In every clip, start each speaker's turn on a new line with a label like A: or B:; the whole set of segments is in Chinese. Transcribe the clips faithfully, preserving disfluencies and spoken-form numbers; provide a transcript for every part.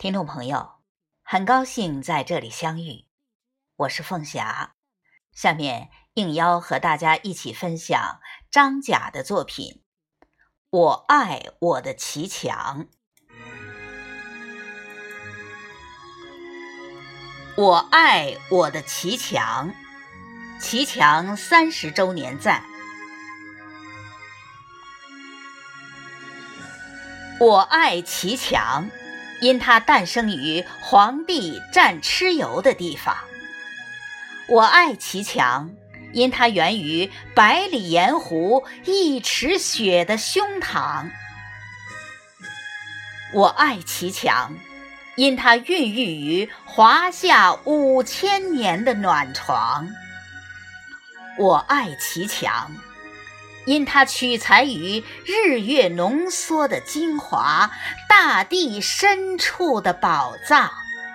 A: 听众朋友，很高兴在这里相遇，我是凤霞。下面应邀和大家一起分享张甲的作品《我爱我的骑墙》。我爱我的骑墙，骑墙三十周年赞。我爱骑墙，因它诞生于皇帝战蚩尤的地方。我爱骑墙，因它源于百里盐湖一池雪的胸膛。我爱骑墙，因它孕育于华夏五千年的暖床。我爱骑墙，因它取材于日月浓缩的精华，大地深处的宝藏。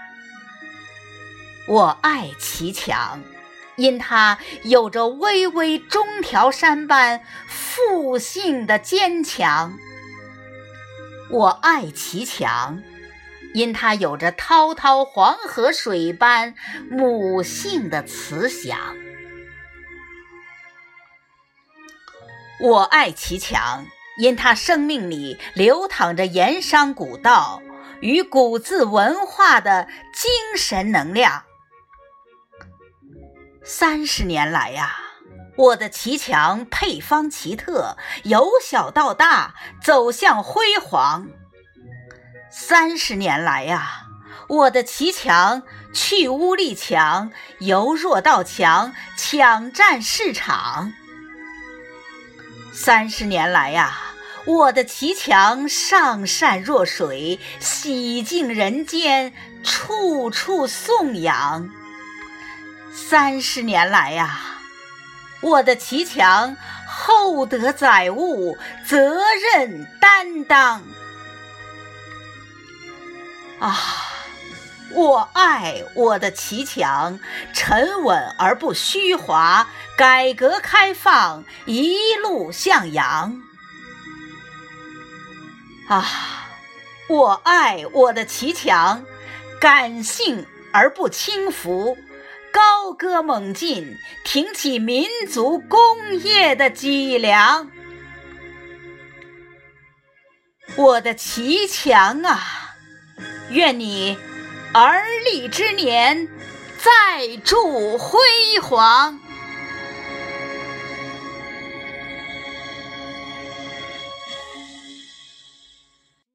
A: 我爱骑墙，因它有着巍巍中条山般复性的坚强。我爱骑墙，因它有着滔滔黄河水般母性的慈祥。我爱骑墙，因它生命里流淌着盐商古道与古字文化的精神能量。三十年来呀、啊，我的骑墙配方奇特，由小到大走向辉煌。三十年来呀、啊，我的骑墙去污力强，由弱到强，抢占市场。三十年来呀、啊，我的骑墙上善若水，洗净人间，处处颂扬。三十年来呀、啊，我的骑墙厚德载物，责任担当。啊，我爱我的骑墙，沉稳而不虚华，改革开放一路向阳。啊，我爱我的骑墙，感性而不轻浮，高歌猛进，挺起民族工业的脊梁。我的骑墙啊，愿你而立之年再铸辉煌。